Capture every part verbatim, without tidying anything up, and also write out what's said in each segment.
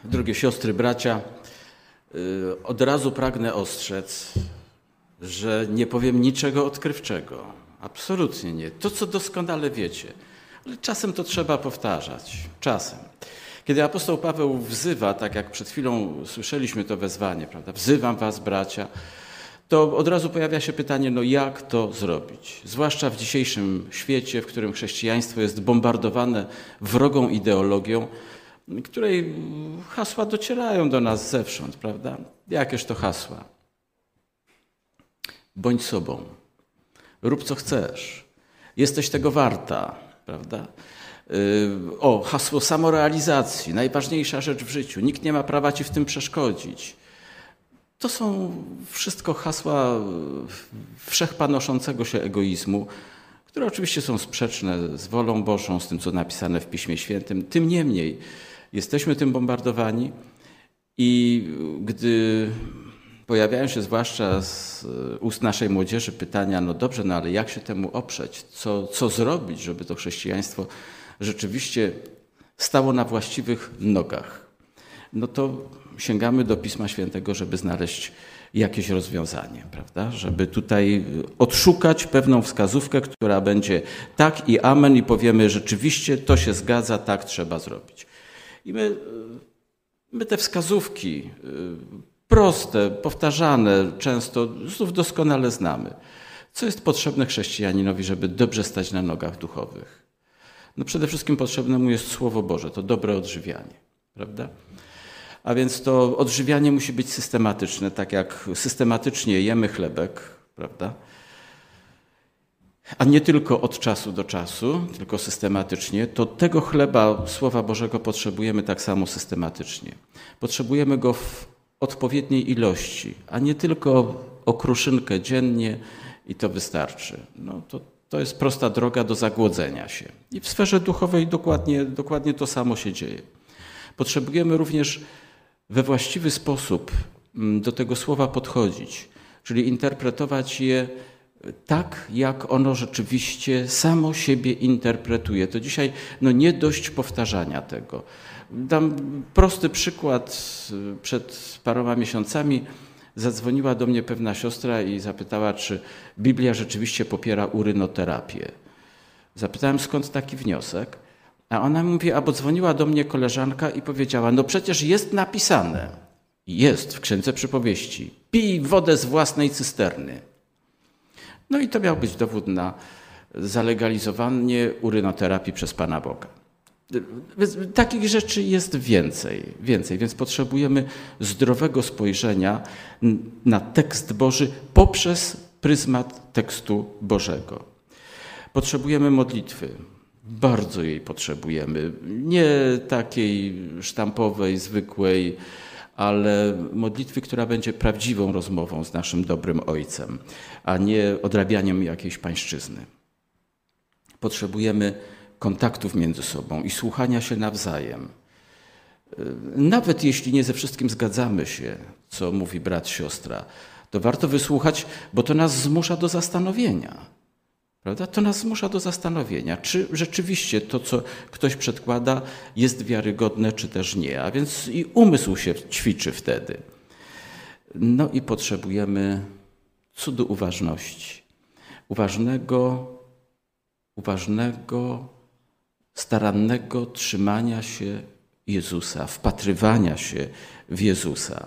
Drogie siostry, bracia, od razu pragnę ostrzec, że nie powiem niczego odkrywczego. Absolutnie nie. To, co doskonale wiecie. Ale czasem to trzeba powtarzać. Czasem. Kiedy apostoł Paweł wzywa, tak jak przed chwilą słyszeliśmy to wezwanie, prawda? Wzywam was, bracia, to od razu pojawia się pytanie, no jak to zrobić? Zwłaszcza w dzisiejszym świecie, w którym chrześcijaństwo jest bombardowane wrogą ideologią, której hasła docierają do nas zewsząd, prawda? Jakież to hasła? Bądź sobą. Rób co chcesz. Jesteś tego warta, prawda? O, hasło samorealizacji, najważniejsza rzecz w życiu. Nikt nie ma prawa ci w tym przeszkodzić. To są wszystko hasła wszechpanoszącego się egoizmu, które oczywiście są sprzeczne z wolą Bożą, z tym, co napisane w Piśmie Świętym. Tym niemniej jesteśmy tym bombardowani i gdy pojawiają się zwłaszcza z ust naszej młodzieży pytania, no dobrze, no ale jak się temu oprzeć? Co, co zrobić, żeby to chrześcijaństwo rzeczywiście stało na właściwych nogach? No to sięgamy do Pisma Świętego, żeby znaleźć jakieś rozwiązanie, prawda? Żeby tutaj odszukać pewną wskazówkę, która będzie tak i amen i powiemy rzeczywiście to się zgadza, tak trzeba zrobić. I my, my te wskazówki proste, powtarzane często, znów doskonale znamy. Co jest potrzebne chrześcijaninowi, żeby dobrze stać na nogach duchowych? No przede wszystkim potrzebne mu jest Słowo Boże, to dobre odżywianie, prawda? A więc to odżywianie musi być systematyczne, tak jak systematycznie jemy chlebek, prawda? A nie tylko od czasu do czasu, tylko systematycznie, to tego chleba Słowa Bożego potrzebujemy tak samo systematycznie. Potrzebujemy go w odpowiedniej ilości, a nie tylko o kruszynkę dziennie i to wystarczy. No to, to jest prosta droga do zagłodzenia się. I w sferze duchowej dokładnie, dokładnie to samo się dzieje. Potrzebujemy również we właściwy sposób do tego słowa podchodzić, czyli interpretować je tak, jak ono rzeczywiście samo siebie interpretuje. To dzisiaj no nie dość powtarzania tego. Dam prosty przykład. Przed paroma miesiącami zadzwoniła do mnie pewna siostra i zapytała, czy Biblia rzeczywiście popiera urynoterapię. Zapytałem, skąd taki wniosek, a ona mówi, albo dzwoniła do mnie koleżanka i powiedziała, no przecież jest napisane, jest w Księdze Przypowieści, pij wodę z własnej cysterny. No i to miał być dowód na zalegalizowanie urynoterapii przez Pana Boga. Takich rzeczy jest więcej, więcej, więc potrzebujemy zdrowego spojrzenia na tekst Boży poprzez pryzmat tekstu Bożego. Potrzebujemy modlitwy, bardzo jej potrzebujemy, nie takiej sztampowej, zwykłej, ale modlitwy, która będzie prawdziwą rozmową z naszym dobrym Ojcem, a nie odrabianiem jakiejś pańszczyzny. Potrzebujemy kontaktów między sobą i słuchania się nawzajem. Nawet jeśli nie ze wszystkim zgadzamy się, co mówi brat, siostra, to warto wysłuchać, bo to nas zmusza do zastanowienia. Prawda? To nas zmusza do zastanowienia, czy rzeczywiście to, co ktoś przedkłada, jest wiarygodne, czy też nie. A więc i umysł się ćwiczy wtedy. No i potrzebujemy cudu uważności. Uważnego, uważnego, starannego trzymania się Jezusa, wpatrywania się w Jezusa.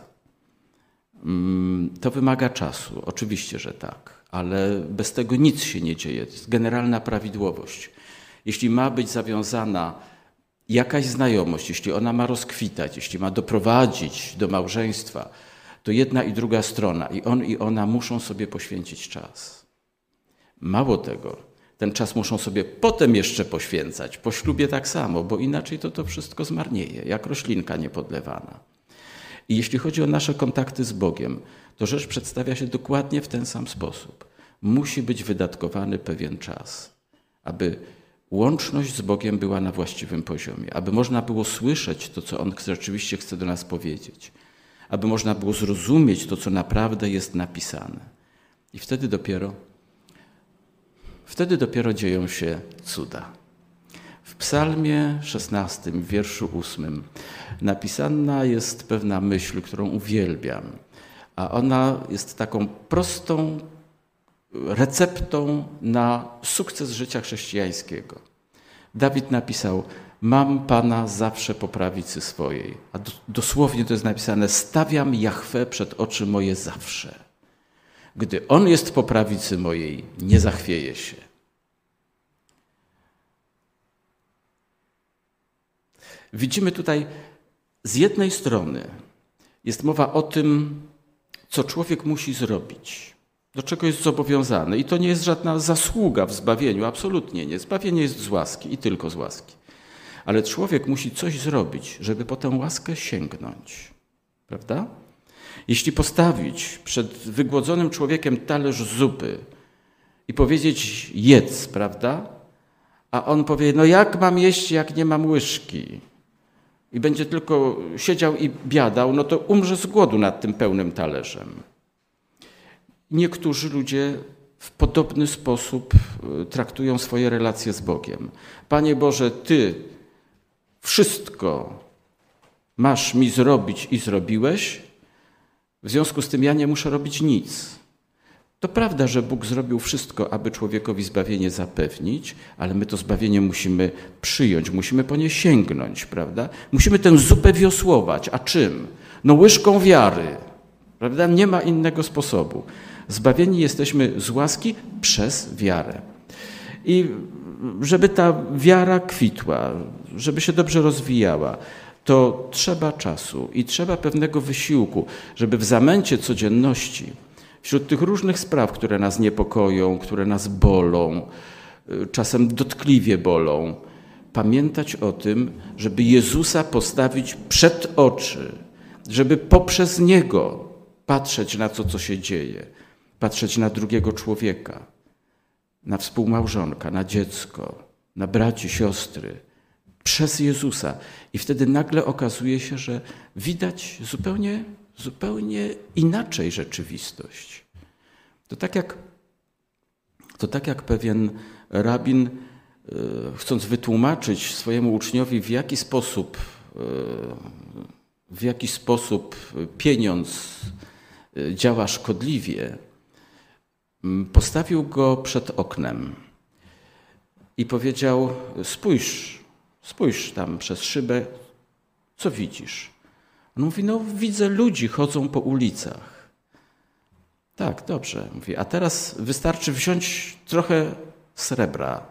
To wymaga czasu, oczywiście, że tak, ale bez tego nic się nie dzieje. To jest generalna prawidłowość. Jeśli ma być zawiązana jakaś znajomość, jeśli ona ma rozkwitać, jeśli ma doprowadzić do małżeństwa, to jedna i druga strona, i on i ona muszą sobie poświęcić czas. Mało tego, ten czas muszą sobie potem jeszcze poświęcać, po ślubie tak samo, bo inaczej to to wszystko zmarnieje, jak roślinka niepodlewana. I jeśli chodzi o nasze kontakty z Bogiem, to rzecz przedstawia się dokładnie w ten sam sposób. Musi być wydatkowany pewien czas, aby łączność z Bogiem była na właściwym poziomie, aby można było słyszeć to, co On rzeczywiście chce do nas powiedzieć, aby można było zrozumieć to, co naprawdę jest napisane. I wtedy dopiero, wtedy dopiero dzieją się cuda. W w psalmie szesnastym, w wierszu ósmym, napisana jest pewna myśl, którą uwielbiam, a ona jest taką prostą receptą na sukces życia chrześcijańskiego. Dawid napisał: mam Pana zawsze po prawicy swojej. A dosłownie to jest napisane: stawiam Jahwe przed oczy moje zawsze. Gdy On jest po prawicy mojej, nie zachwieję się. Widzimy tutaj, z jednej strony jest mowa o tym, co człowiek musi zrobić, do czego jest zobowiązany. I to nie jest żadna zasługa w zbawieniu, absolutnie nie. Zbawienie jest z łaski i tylko z łaski. Ale człowiek musi coś zrobić, żeby po tę łaskę sięgnąć. Prawda? Jeśli postawić przed wygłodzonym człowiekiem talerz zupy i powiedzieć: jedz, prawda? A on powie: no jak mam jeść, jak nie mam łyżki? I będzie tylko siedział i biadał, no to umrze z głodu nad tym pełnym talerzem. Niektórzy ludzie w podobny sposób traktują swoje relacje z Bogiem. Panie Boże, Ty wszystko masz mi zrobić i zrobiłeś, w związku z tym ja nie muszę robić nic. To prawda, że Bóg zrobił wszystko, aby człowiekowi zbawienie zapewnić, ale my to zbawienie musimy przyjąć, musimy po nie sięgnąć, prawda? Musimy tę zupę wiosłować. A czym? No łyżką wiary, prawda? Nie ma innego sposobu. Zbawieni jesteśmy z łaski przez wiarę. I żeby ta wiara kwitła, żeby się dobrze rozwijała, to trzeba czasu i trzeba pewnego wysiłku, żeby w zamęcie codzienności, wśród tych różnych spraw, które nas niepokoją, które nas bolą, czasem dotkliwie bolą, pamiętać o tym, żeby Jezusa postawić przed oczy, żeby poprzez Niego patrzeć na to, co się dzieje, patrzeć na drugiego człowieka, na współmałżonka, na dziecko, na braci, siostry, przez Jezusa. I wtedy nagle okazuje się, że widać zupełnie, zupełnie inaczej rzeczywistość. To tak jak, to tak jak pewien rabin, chcąc wytłumaczyć swojemu uczniowi, w jaki sposób, w jaki sposób pieniądz działa szkodliwie, postawił go przed oknem i powiedział: spójrz, spójrz tam przez szybę, co widzisz? On mówi: no widzę, ludzi chodzą po ulicach. Tak, dobrze. Mówi: a teraz wystarczy wziąć trochę srebra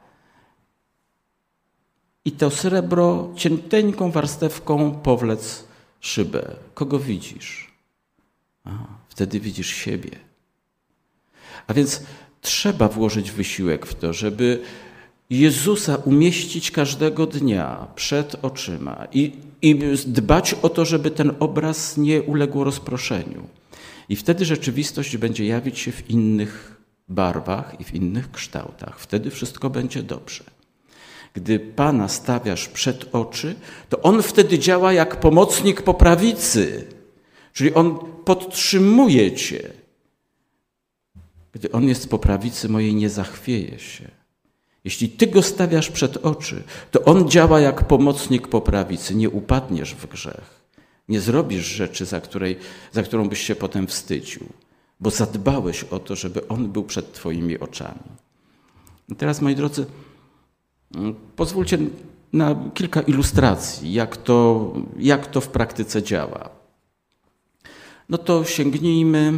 i to srebro cienteńką warstewką powlec szybę. Kogo widzisz? A, wtedy widzisz siebie. A więc trzeba włożyć wysiłek w to, żeby Jezusa umieścić każdego dnia przed oczyma i, i dbać o to, żeby ten obraz nie uległ rozproszeniu. I wtedy rzeczywistość będzie jawić się w innych barwach i w innych kształtach. Wtedy wszystko będzie dobrze. Gdy Pana stawiasz przed oczy, to On wtedy działa jak pomocnik po prawicy, czyli On podtrzymuje cię. Gdy On jest po prawicy mojej, nie zachwieje się. Jeśli Ty Go stawiasz przed oczy, to On działa jak pomocnik po prawicy. Nie upadniesz w grzech. Nie zrobisz rzeczy, za, której, za którą byś się potem wstydził, bo zadbałeś o to, żeby On był przed Twoimi oczami. I teraz, moi drodzy, pozwólcie na kilka ilustracji, jak to, jak to w praktyce działa. No to sięgnijmy...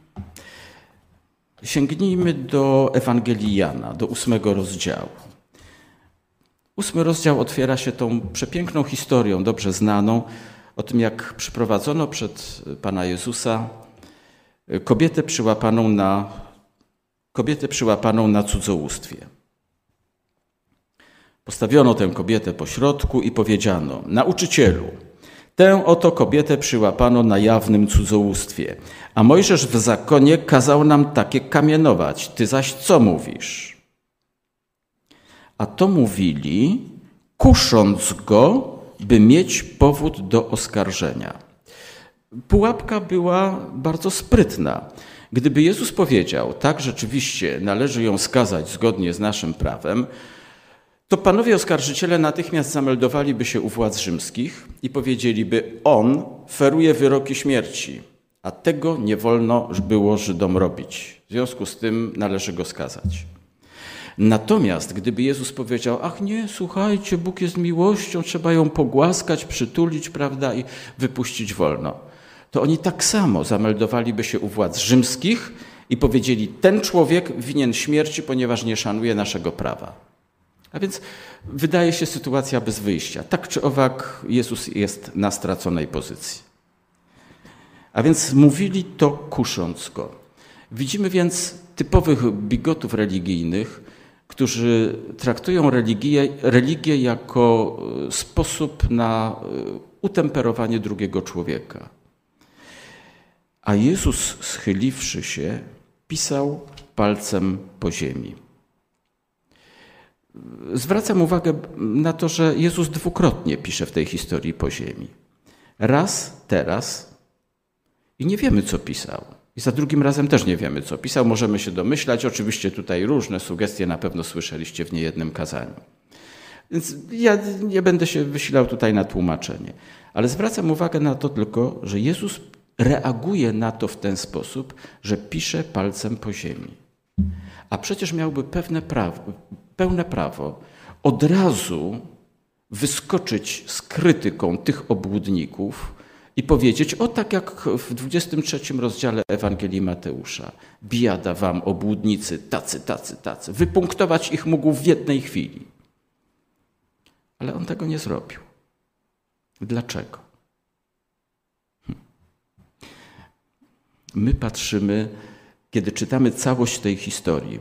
Sięgnijmy do Ewangelii Jana, do ósmego rozdziału. Ósmy rozdział otwiera się tą przepiękną historią, dobrze znaną, o tym, jak przyprowadzono przed Pana Jezusa kobietę przyłapaną na, kobietę przyłapaną na cudzołóstwie. Postawiono tę kobietę po środku i powiedziano: nauczycielu, tę oto kobietę przyłapano na jawnym cudzołóstwie, a Mojżesz w zakonie kazał nam takie kamienować. Ty zaś co mówisz? A to mówili, kusząc go, by mieć powód do oskarżenia. Pułapka była bardzo sprytna. Gdyby Jezus powiedział: tak, rzeczywiście należy ją skazać zgodnie z naszym prawem, to panowie oskarżyciele natychmiast zameldowaliby się u władz rzymskich i powiedzieliby: on feruje wyroki śmierci, a tego nie wolno było Żydom robić. W związku z tym należy go skazać. Natomiast gdyby Jezus powiedział: ach nie, słuchajcie, Bóg jest miłością, trzeba ją pogłaskać, przytulić, prawda, i wypuścić wolno, to oni tak samo zameldowaliby się u władz rzymskich i powiedzieli: ten człowiek winien śmierci, ponieważ nie szanuje naszego prawa. A więc wydaje się sytuacja bez wyjścia. Tak czy owak Jezus jest na straconej pozycji. A więc mówili to kusząc go. Widzimy więc typowych bigotów religijnych, którzy traktują religię, religię jako sposób na utemperowanie drugiego człowieka. A Jezus, schyliwszy się, pisał palcem po ziemi. Zwracam uwagę na to, że Jezus dwukrotnie pisze w tej historii po ziemi. Raz teraz i nie wiemy, co pisał. I za drugim razem też nie wiemy, co pisał. Możemy się domyślać. Oczywiście tutaj różne sugestie na pewno słyszeliście w niejednym kazaniu. Więc ja nie będę się wysilał tutaj na tłumaczenie. Ale zwracam uwagę na to tylko, że Jezus reaguje na to w ten sposób, że pisze palcem po ziemi. A przecież miałby pewne prawo, pełne prawo od razu wyskoczyć z krytyką tych obłudników i powiedzieć: o tak jak w dwudziestym trzecim rozdziale Ewangelii Mateusza: biada wam, obłudnicy, tacy, tacy, tacy. Wypunktować ich mógł w jednej chwili. Ale on tego nie zrobił. Dlaczego? Hm. My patrzymy, kiedy czytamy całość tej historii,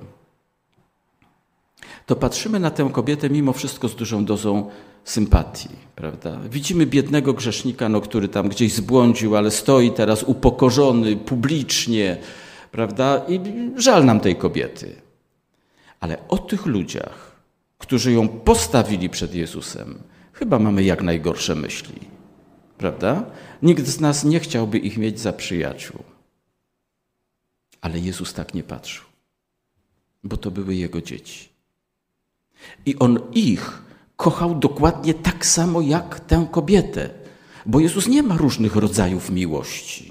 to patrzymy na tę kobietę mimo wszystko z dużą dozą sympatii, prawda? Widzimy biednego grzesznika, no, który tam gdzieś zbłądził, ale stoi teraz upokorzony publicznie, prawda? I żal nam tej kobiety. Ale o tych ludziach, którzy ją postawili przed Jezusem, chyba mamy jak najgorsze myśli, prawda? Nikt z nas nie chciałby ich mieć za przyjaciół. Ale Jezus tak nie patrzył, bo to były Jego dzieci. I On ich kochał dokładnie tak samo jak tę kobietę, bo Jezus nie ma różnych rodzajów miłości.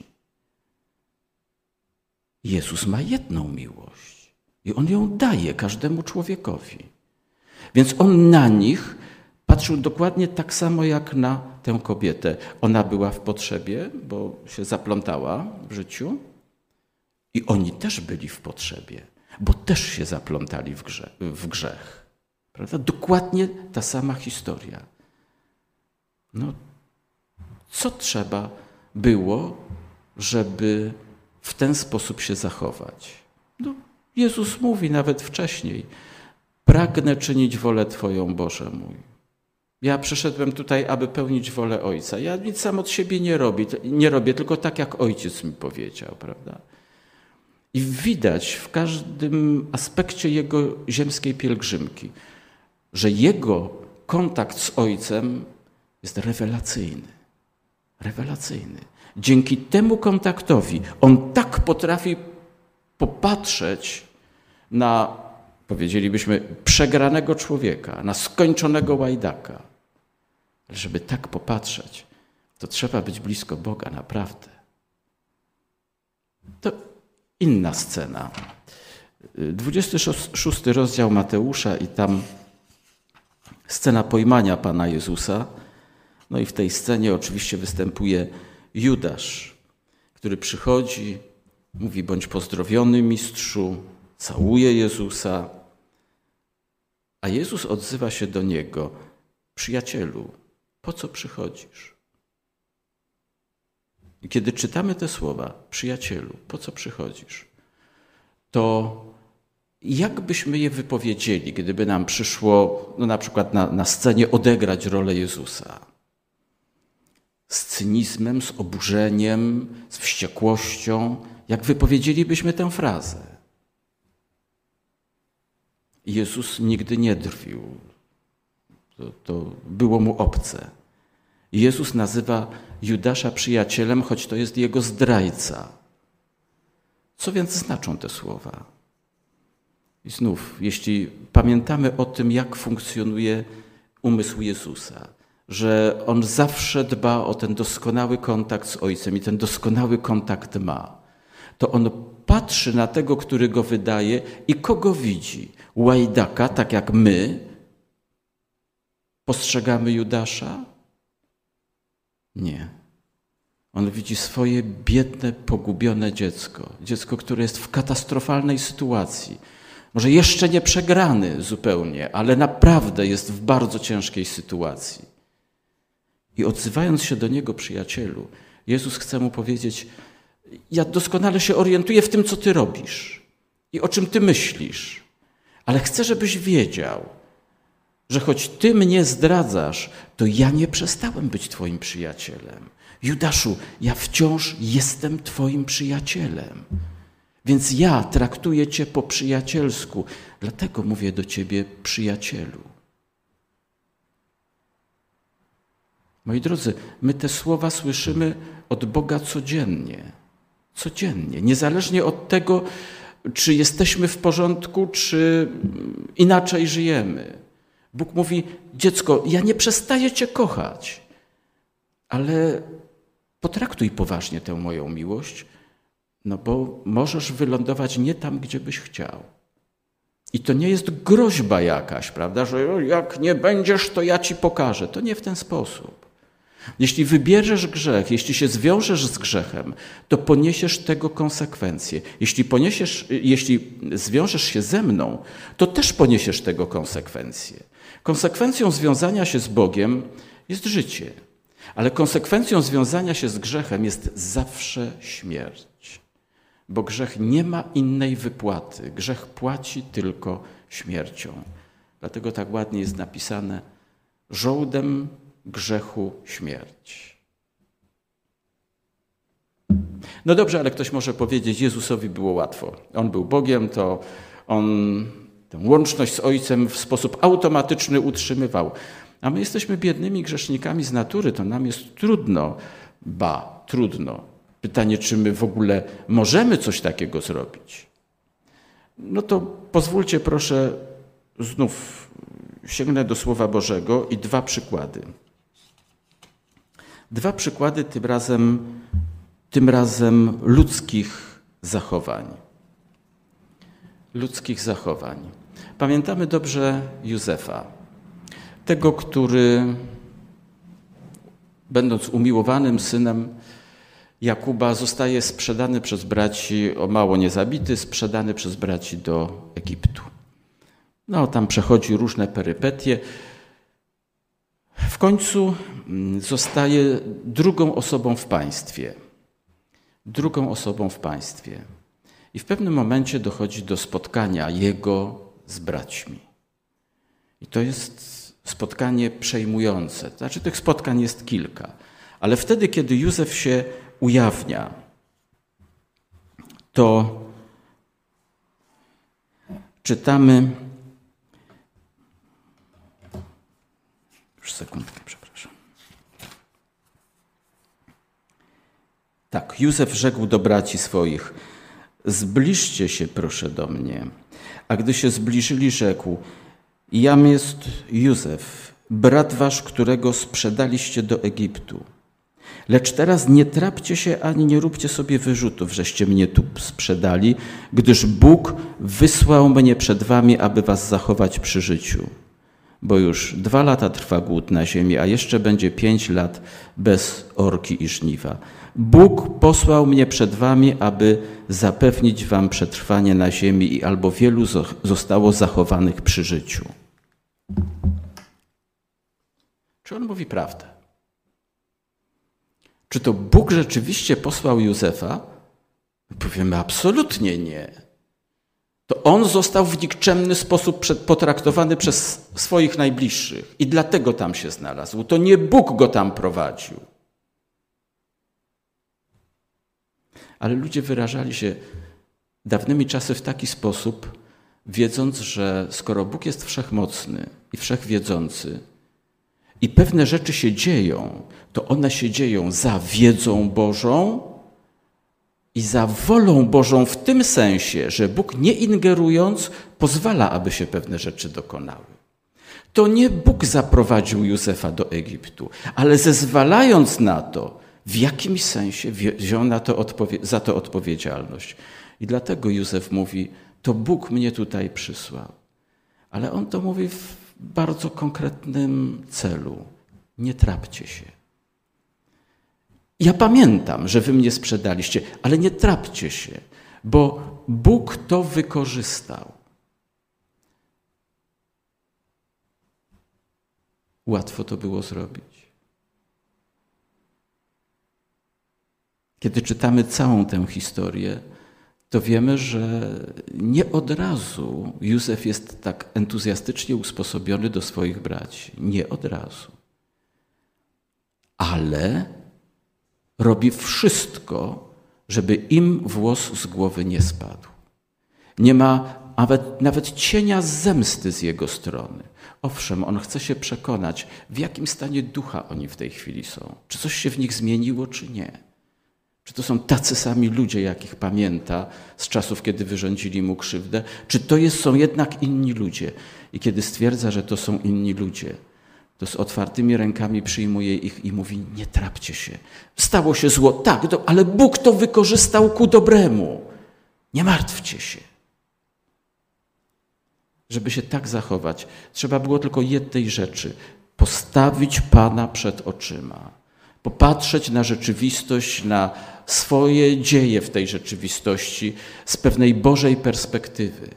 Jezus ma jedną miłość i On ją daje każdemu człowiekowi. Więc On na nich patrzył dokładnie tak samo jak na tę kobietę. Ona była w potrzebie, bo się zaplątała w życiu. I oni też byli w potrzebie, bo też się zaplątali w grzech. W grzech. Prawda? Dokładnie ta sama historia. No, co trzeba było, żeby w ten sposób się zachować? No, Jezus mówi nawet wcześniej: pragnę czynić wolę Twoją, Boże mój. Ja przyszedłem tutaj, aby pełnić wolę Ojca. Ja nic sam od siebie nie robię, nie robię, tylko tak, jak Ojciec mi powiedział, prawda? I widać w każdym aspekcie Jego ziemskiej pielgrzymki, że Jego kontakt z Ojcem jest rewelacyjny. Rewelacyjny. Dzięki temu kontaktowi On tak potrafi popatrzeć na, powiedzielibyśmy, przegranego człowieka, na skończonego łajdaka. Ale żeby tak popatrzeć, to trzeba być blisko Boga, naprawdę. To inna scena. dwudziesty szósty rozdział Mateusza i tam scena pojmania Pana Jezusa. No i w tej scenie oczywiście występuje Judasz, który przychodzi, mówi: bądź pozdrowiony, mistrzu, całuje Jezusa. A Jezus odzywa się do niego: przyjacielu, po co przychodzisz? I kiedy czytamy te słowa: przyjacielu, po co przychodzisz? To jak byśmy je wypowiedzieli, gdyby nam przyszło, no na przykład na, na scenie, odegrać rolę Jezusa? Z cynizmem, z oburzeniem, z wściekłością. Jak wypowiedzielibyśmy tę frazę? Jezus nigdy nie drwił. To, to było mu obce. Jezus nazywa Judasza przyjacielem, choć to jest jego zdrajca. Co więc znaczą te słowa? I znów, jeśli pamiętamy o tym, jak funkcjonuje umysł Jezusa, że On zawsze dba o ten doskonały kontakt z Ojcem i ten doskonały kontakt ma, to On patrzy na tego, który Go wydaje i kogo widzi? Łajdaka, tak jak my postrzegamy Judasza? Nie. On widzi swoje biedne, pogubione dziecko. Dziecko, które jest w katastrofalnej sytuacji. Może jeszcze nie przegrany zupełnie, ale naprawdę jest w bardzo ciężkiej sytuacji. I odzywając się do niego, przyjacielu, Jezus chce mu powiedzieć: ja doskonale się orientuję w tym, co ty robisz i o czym ty myślisz, ale chcę, żebyś wiedział, że choć ty mnie zdradzasz, to ja nie przestałem być twoim przyjacielem. Judaszu, ja wciąż jestem twoim przyjacielem. Więc ja traktuję cię po przyjacielsku. Dlatego mówię do ciebie, przyjacielu. Moi drodzy, my te słowa słyszymy od Boga codziennie. Codziennie. Niezależnie od tego, czy jesteśmy w porządku, czy inaczej żyjemy. Bóg mówi: dziecko, ja nie przestaję cię kochać, ale potraktuj poważnie tę moją miłość, no bo możesz wylądować nie tam, gdzie byś chciał. I to nie jest groźba jakaś, prawda, że jak nie będziesz, to ja ci pokażę. To nie w ten sposób. Jeśli wybierzesz grzech, jeśli się zwiążesz z grzechem, to poniesiesz tego konsekwencje. Jeśli, poniesiesz, jeśli zwiążesz się ze mną, to też poniesiesz tego konsekwencje. Konsekwencją związania się z Bogiem jest życie, ale konsekwencją związania się z grzechem jest zawsze śmierć. Bo grzech nie ma innej wypłaty. Grzech płaci tylko śmiercią. Dlatego tak ładnie jest napisane: żołdem grzechu śmierć. No dobrze, ale ktoś może powiedzieć: Jezusowi było łatwo. On był Bogiem, to On tę łączność z Ojcem w sposób automatyczny utrzymywał. A my jesteśmy biednymi grzesznikami z natury, to nam jest trudno, ba, trudno. Pytanie, czy my w ogóle możemy coś takiego zrobić? No to pozwólcie proszę, znów sięgnę do Słowa Bożego i dwa przykłady. Dwa przykłady tym razem, tym razem ludzkich zachowań. Ludzkich zachowań. Pamiętamy dobrze Józefa, tego, który, będąc umiłowanym synem Jakuba, zostaje sprzedany przez braci, o mało nie zabity, sprzedany przez braci do Egiptu. No, tam przechodzi różne perypetie. W końcu zostaje drugą osobą w państwie. Drugą osobą w państwie. I w pewnym momencie dochodzi do spotkania jego z braćmi. I to jest spotkanie przejmujące. Znaczy, tych spotkań jest kilka. Ale wtedy, kiedy Józef się ujawnia, to czytamy... Już sekundkę, przepraszam. Tak, Józef rzekł do braci swoich: zbliżcie się proszę do mnie. A gdy się zbliżyli, rzekł: jam jest Józef, brat wasz, którego sprzedaliście do Egiptu. Lecz teraz nie trapcie się ani nie róbcie sobie wyrzutów, żeście mnie tu sprzedali, gdyż Bóg wysłał mnie przed wami, aby was zachować przy życiu. Bo już dwa lata trwa głód na ziemi, a jeszcze będzie pięć lat bez orki i żniwa. Bóg posłał mnie przed wami, aby zapewnić wam przetrwanie na ziemi i albo wielu zostało zachowanych przy życiu. Czy on mówi prawdę? Czy to Bóg rzeczywiście posłał Józefa? Powiemy: absolutnie nie. To on został w nikczemny sposób potraktowany przez swoich najbliższych i dlatego tam się znalazł. To nie Bóg go tam prowadził. Ale ludzie wyrażali się dawnymi czasy w taki sposób, wiedząc, że skoro Bóg jest wszechmocny i wszechwiedzący i pewne rzeczy się dzieją, to one się dzieją za wiedzą Bożą i za wolą Bożą w tym sensie, że Bóg nie ingerując pozwala, aby się pewne rzeczy dokonały. To nie Bóg zaprowadził Józefa do Egiptu, ale zezwalając na to, w jakimś sensie wziął na to odpowie- za to odpowiedzialność. I dlatego Józef mówi, to Bóg mnie tutaj przysłał. Ale on to mówi w bardzo konkretnym celu. Nie trapcie się. Ja pamiętam, że wy mnie sprzedaliście, ale nie trapcie się, bo Bóg to wykorzystał. Łatwo to było zrobić. Kiedy czytamy całą tę historię, to wiemy, że nie od razu Józef jest tak entuzjastycznie usposobiony do swoich braci. Nie od razu. Ale robi wszystko, żeby im włos z głowy nie spadł. Nie ma nawet, nawet cienia zemsty z jego strony. Owszem, on chce się przekonać, w jakim stanie ducha oni w tej chwili są. Czy coś się w nich zmieniło, czy nie. Czy to są tacy sami ludzie, jakich pamięta z czasów, kiedy wyrządzili mu krzywdę? Czy to jest, są jednak inni ludzie? I kiedy stwierdza, że to są inni ludzie, to z otwartymi rękami przyjmuje ich i mówi, nie trapcie się. Stało się zło, tak, do, ale Bóg to wykorzystał ku dobremu. Nie martwcie się. Żeby się tak zachować, trzeba było tylko jednej rzeczy. Postawić Pana przed oczyma. Popatrzeć na rzeczywistość, na swoje dzieje w tej rzeczywistości z pewnej Bożej perspektywy.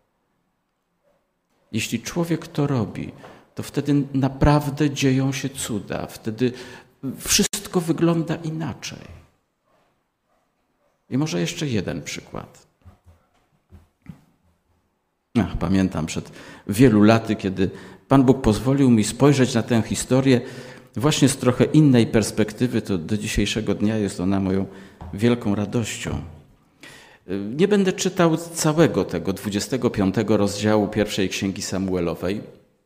Jeśli człowiek to robi, to wtedy naprawdę dzieją się cuda. Wtedy wszystko wygląda inaczej. I może jeszcze jeden przykład. Ach, pamiętam przed wielu laty, kiedy Pan Bóg pozwolił mi spojrzeć na tę historię właśnie z trochę innej perspektywy, to do dzisiejszego dnia jest ona moją wielką radością. Nie będę czytał całego tego dwudziestego piątego rozdziału pierwszej Księgi Samuelowej,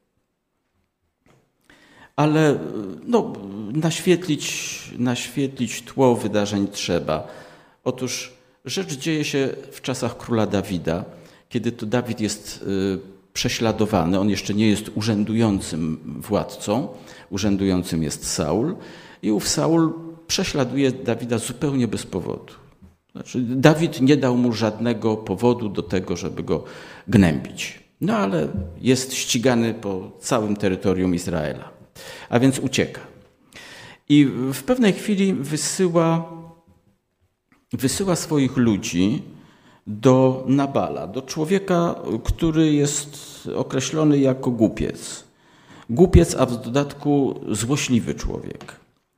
ale no, naświetlić, naświetlić tło wydarzeń trzeba. Otóż rzecz dzieje się w czasach króla Dawida, kiedy to Dawid jest prześladowany, on jeszcze nie jest urzędującym władcą, urzędującym jest Saul i ów Saul prześladuje Dawida zupełnie bez powodu. Znaczy, Dawid nie dał mu żadnego powodu do tego, żeby go gnębić. No ale jest ścigany po całym terytorium Izraela, a więc ucieka. I w pewnej chwili wysyła, wysyła swoich ludzi do Nabala, do człowieka, który jest określony jako głupiec. Głupiec, a w dodatku złośliwy człowiek.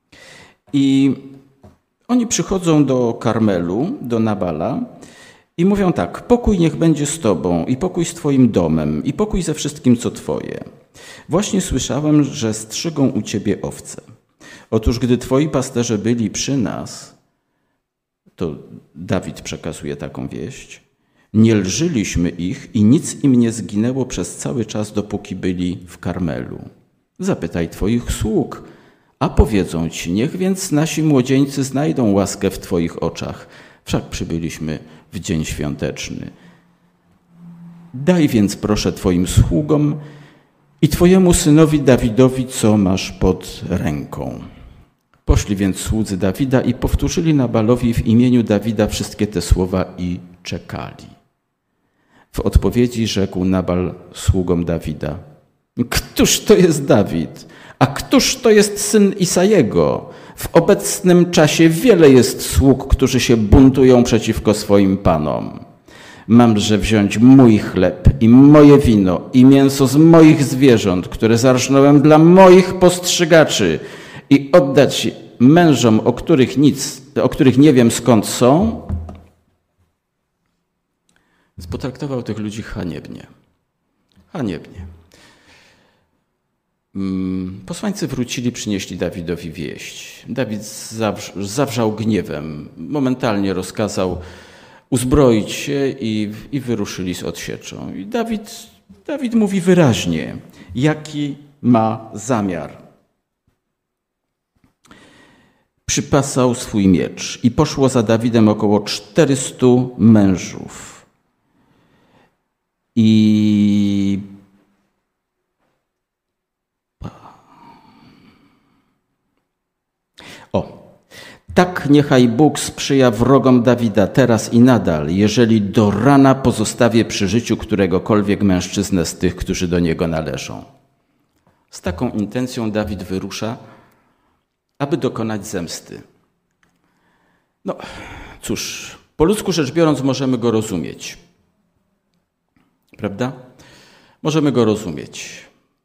I oni przychodzą do Karmelu, do Nabala i mówią tak, pokój niech będzie z tobą i pokój z twoim domem i pokój ze wszystkim, co twoje. Właśnie słyszałem, że strzygą u ciebie owce. Otóż gdy twoi pasterze byli przy nas, to Dawid przekazuje taką wieść, nie lżyliśmy ich i nic im nie zginęło przez cały czas, dopóki byli w Karmelu. Zapytaj twoich sług, a powiedzą ci, niech więc nasi młodzieńcy znajdą łaskę w twoich oczach, wszak przybyliśmy w dzień świąteczny. Daj więc proszę twoim sługom i twojemu synowi Dawidowi, co masz pod ręką. Poszli więc słudzy Dawida i powtórzyli Nabalowi w imieniu Dawida wszystkie te słowa i czekali. W odpowiedzi rzekł Nabal sługom Dawida, któż to jest Dawid, a któż to jest syn Isajego? W obecnym czasie wiele jest sług, którzy się buntują przeciwko swoim panom. Mamże wziąć mój chleb i moje wino i mięso z moich zwierząt, które zarżnąłem dla moich postrzygaczy i oddać mężom, o których nic, o których nie wiem skąd są. Więc potraktował tych ludzi haniebnie. Haniebnie. Posłańcy wrócili, przynieśli Dawidowi wieść. Dawid zawrzał gniewem. Momentalnie rozkazał uzbroić się i, i wyruszyli z odsieczą. I Dawid, Dawid mówi wyraźnie, jaki ma zamiar. przypasał swój miecz i poszło za Dawidem około czterystu mężów. I o, tak niechaj Bóg sprzyja wrogom Dawida teraz i nadal, jeżeli do rana pozostawię przy życiu któregokolwiek mężczyznę z tych, którzy do niego należą. Z taką intencją Dawid wyrusza, aby dokonać zemsty. No cóż, po ludzku rzecz biorąc możemy go rozumieć. Prawda? Możemy go rozumieć.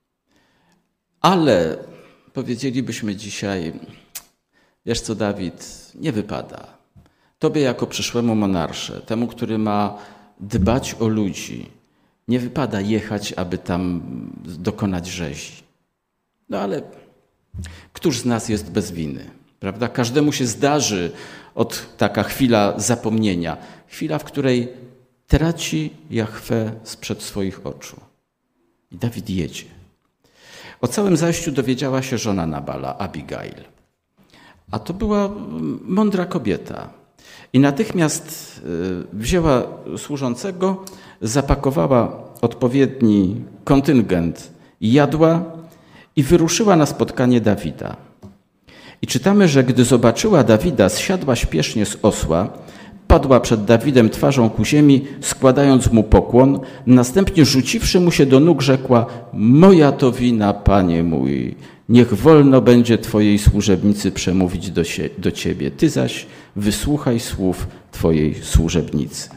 Ale powiedzielibyśmy dzisiaj, wiesz co, Dawid, nie wypada. Tobie jako przyszłemu monarsze, temu, który ma dbać o ludzi, nie wypada jechać, aby tam dokonać rzezi. No ale któż z nas jest bez winy? Prawda? Każdemu się zdarzy od taka chwila zapomnienia. Chwila, w której traci Jahwe sprzed swoich oczu. I Dawid jedzie. O całym zajściu dowiedziała się żona Nabala, Abigail. A to była mądra kobieta. I natychmiast wzięła służącego, zapakowała odpowiedni kontyngent jadła i wyruszyła na spotkanie Dawida. I czytamy, że gdy zobaczyła Dawida, zsiadła śpiesznie z osła, padła przed Dawidem twarzą ku ziemi, składając mu pokłon, następnie rzuciwszy mu się do nóg, rzekła: moja to wina, Panie mój, niech wolno będzie Twojej służebnicy przemówić do, sie, do Ciebie, Ty zaś wysłuchaj słów Twojej służebnicy.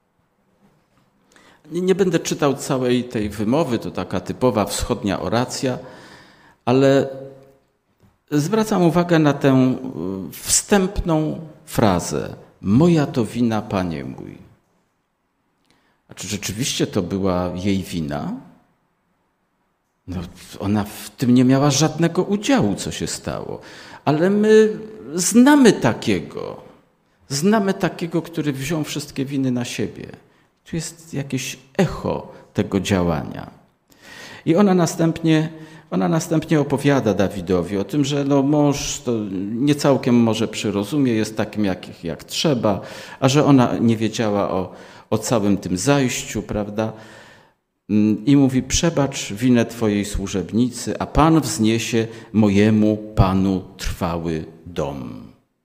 Nie, nie będę czytał całej tej wymowy, to taka typowa wschodnia oracja, ale zwracam uwagę na tę wstępną frazę: moja to wina, Panie mój. A czy rzeczywiście to była jej wina? No, ona w tym nie miała żadnego udziału, co się stało. Ale my znamy takiego. Znamy takiego, który wziął wszystkie winy na siebie. Tu jest jakieś echo tego działania. I ona następnie, ona następnie opowiada Dawidowi o tym, że no mąż to nie całkiem może przyrozumie, jest takim jak, jak trzeba, a że ona nie wiedziała o, o całym tym zajściu, prawda? I mówi: przebacz winę Twojej służebnicy, a Pan wzniesie mojemu Panu trwały dom.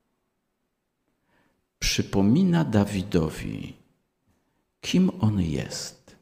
Przypomina Dawidowi, kim on jest.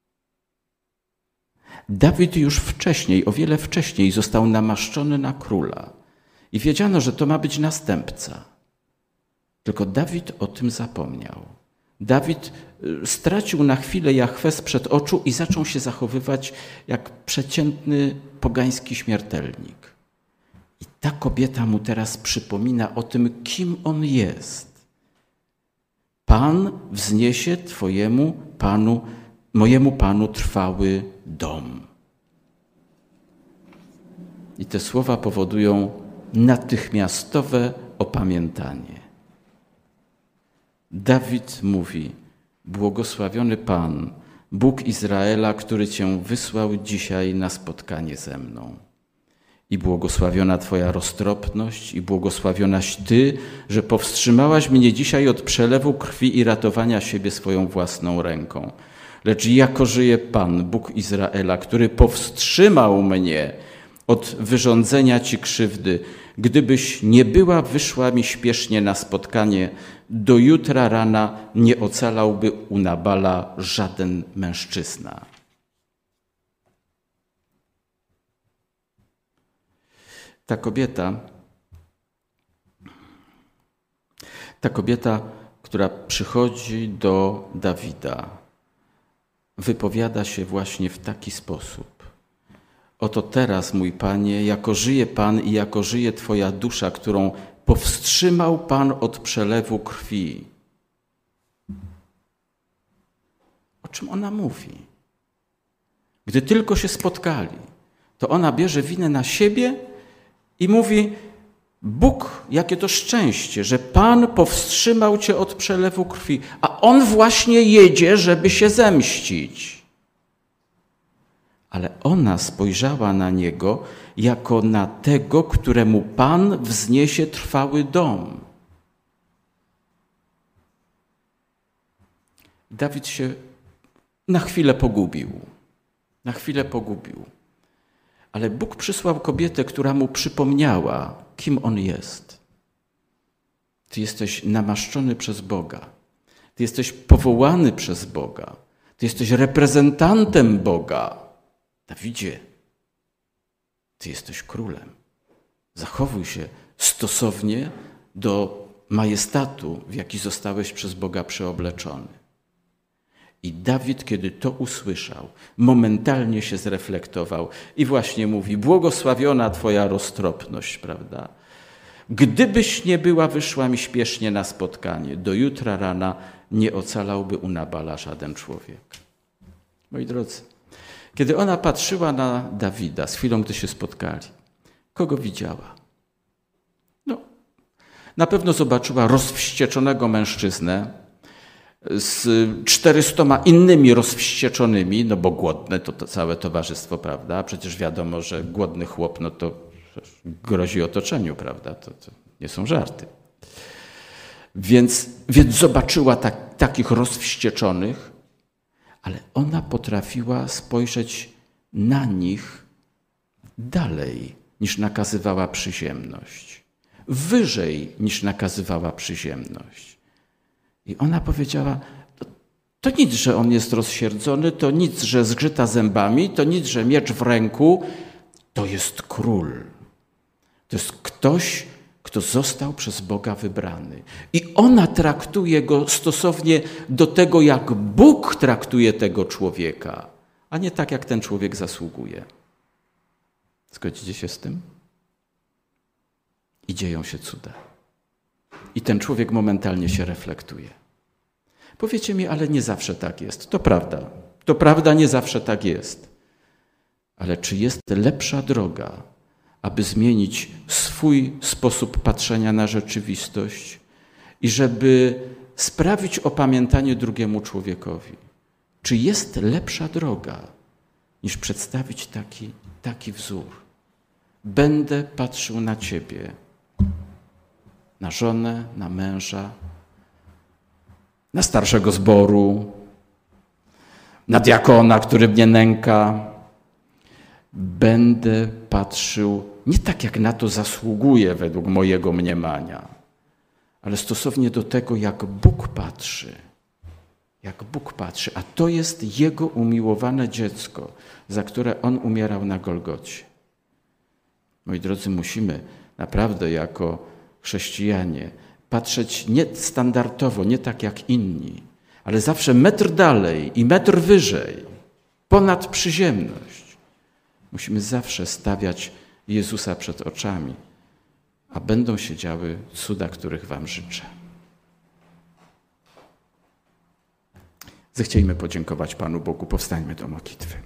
Dawid już wcześniej, o wiele wcześniej został namaszczony na króla i wiedziano, że to ma być następca. Tylko Dawid o tym zapomniał. Dawid stracił na chwilę Jahwe sprzed oczu i zaczął się zachowywać jak przeciętny pogański śmiertelnik. I ta kobieta mu teraz przypomina o tym, kim on jest. Pan wzniesie Twojemu Panu, mojemu Panu trwały dom. I te słowa powodują natychmiastowe opamiętanie. Dawid mówi: błogosławiony Pan, Bóg Izraela, który Cię wysłał dzisiaj na spotkanie ze mną. I błogosławiona Twoja roztropność, i błogosławionaś Ty, że powstrzymałaś mnie dzisiaj od przelewu krwi i ratowania siebie swoją własną ręką. Lecz jako żyje Pan, Bóg Izraela, który powstrzymał mnie od wyrządzenia Ci krzywdy, gdybyś nie była wyszła mi śpiesznie na spotkanie, do jutra rana nie ocalałby u Nabala żaden mężczyzna. Ta kobieta, ta kobieta, która przychodzi do Dawida, wypowiada się właśnie w taki sposób: oto teraz, mój Panie, jako żyje Pan i jako żyje Twoja dusza, którą powstrzymał Pan od przelewu krwi. O czym ona mówi? Gdy tylko się spotkali, to ona bierze winę na siebie i mówi: Bóg, jakie to szczęście, że Pan powstrzymał Cię od przelewu krwi, a On właśnie jedzie, żeby się zemścić. Ale ona spojrzała na Niego jako na tego, któremu Pan wzniesie trwały dom. Dawid się na chwilę pogubił. Na chwilę pogubił. Ale Bóg przysłał kobietę, która mu przypomniała, kim on jest. Ty jesteś namaszczony przez Boga. Ty jesteś powołany przez Boga. Ty jesteś reprezentantem Boga. Dawidzie, ty jesteś królem. Zachowuj się stosownie do majestatu, w jaki zostałeś przez Boga przeobleczony. I Dawid, kiedy to usłyszał, momentalnie się zreflektował i właśnie mówi: błogosławiona Twoja roztropność, prawda? Gdybyś nie była, wyszła mi śpiesznie na spotkanie. Do jutra rana nie ocalałby u Nabala żaden człowiek. Moi drodzy, kiedy ona patrzyła na Dawida z chwilą, gdy się spotkali, kogo widziała? No, na pewno zobaczyła rozwścieczonego mężczyznę z czterystoma innymi rozwścieczonymi, no bo głodne to, to całe towarzystwo, prawda? Przecież wiadomo, że głodny chłop, no to grozi otoczeniu, prawda? To, to nie są żarty. Więc, więc zobaczyła tak, takich rozwścieczonych, ale ona potrafiła spojrzeć na nich dalej, niż nakazywała przyziemność. Wyżej, niż nakazywała przyziemność. I ona powiedziała: to, to nic, że on jest rozsierdzony, to nic, że zgrzyta zębami, to nic, że miecz w ręku. To jest król. To jest ktoś, kto został przez Boga wybrany. I ona traktuje go stosownie do tego, jak Bóg traktuje tego człowieka, a nie tak, jak ten człowiek zasługuje. Zgodzicie się z tym? I dzieją się cuda. I ten człowiek momentalnie się reflektuje. Powiecie mi, ale nie zawsze tak jest. To prawda. To prawda, nie zawsze tak jest. Ale czy jest lepsza droga, aby zmienić swój sposób patrzenia na rzeczywistość i żeby sprawić opamiętanie drugiemu człowiekowi? Czy jest lepsza droga, niż przedstawić taki, taki wzór? Będę patrzył na ciebie, na żonę, na męża, na starszego zboru, na diakona, który mnie nęka. Będę patrzył nie tak, jak na to zasługuje według mojego mniemania, ale stosownie do tego, jak Bóg patrzy. Jak Bóg patrzy, a to jest Jego umiłowane dziecko, za które On umierał na Golgocie. Moi drodzy, musimy naprawdę jako chrześcijanie patrzeć nie standardowo, nie tak jak inni, ale zawsze metr dalej i metr wyżej, ponad przyziemność. Musimy zawsze stawiać Jezusa przed oczami, a będą się działy cuda, których wam życzę. Zechciejmy podziękować Panu Bogu. Powstańmy do modlitwy.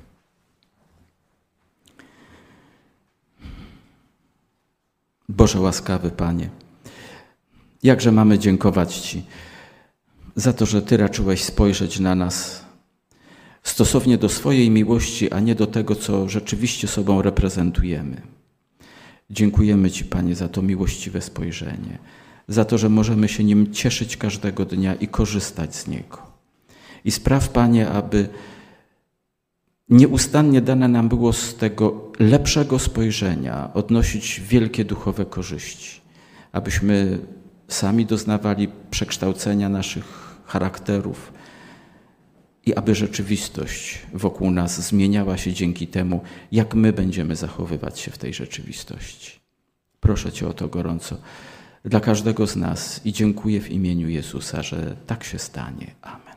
Boże łaskawy Panie, jakże mamy dziękować Ci za to, że Ty raczyłeś spojrzeć na nas stosownie do swojej miłości, a nie do tego, co rzeczywiście sobą reprezentujemy. Dziękujemy Ci, Panie, za to miłościwe spojrzenie, za to, że możemy się nim cieszyć każdego dnia i korzystać z niego. I spraw, Panie, aby nieustannie dane nam było z tego lepszego spojrzenia odnosić wielkie duchowe korzyści, abyśmy sami doznawali przekształcenia naszych charakterów i aby rzeczywistość wokół nas zmieniała się dzięki temu, jak my będziemy zachowywać się w tej rzeczywistości. Proszę Cię o to gorąco dla każdego z nas i dziękuję w imieniu Jezusa, że tak się stanie. Amen.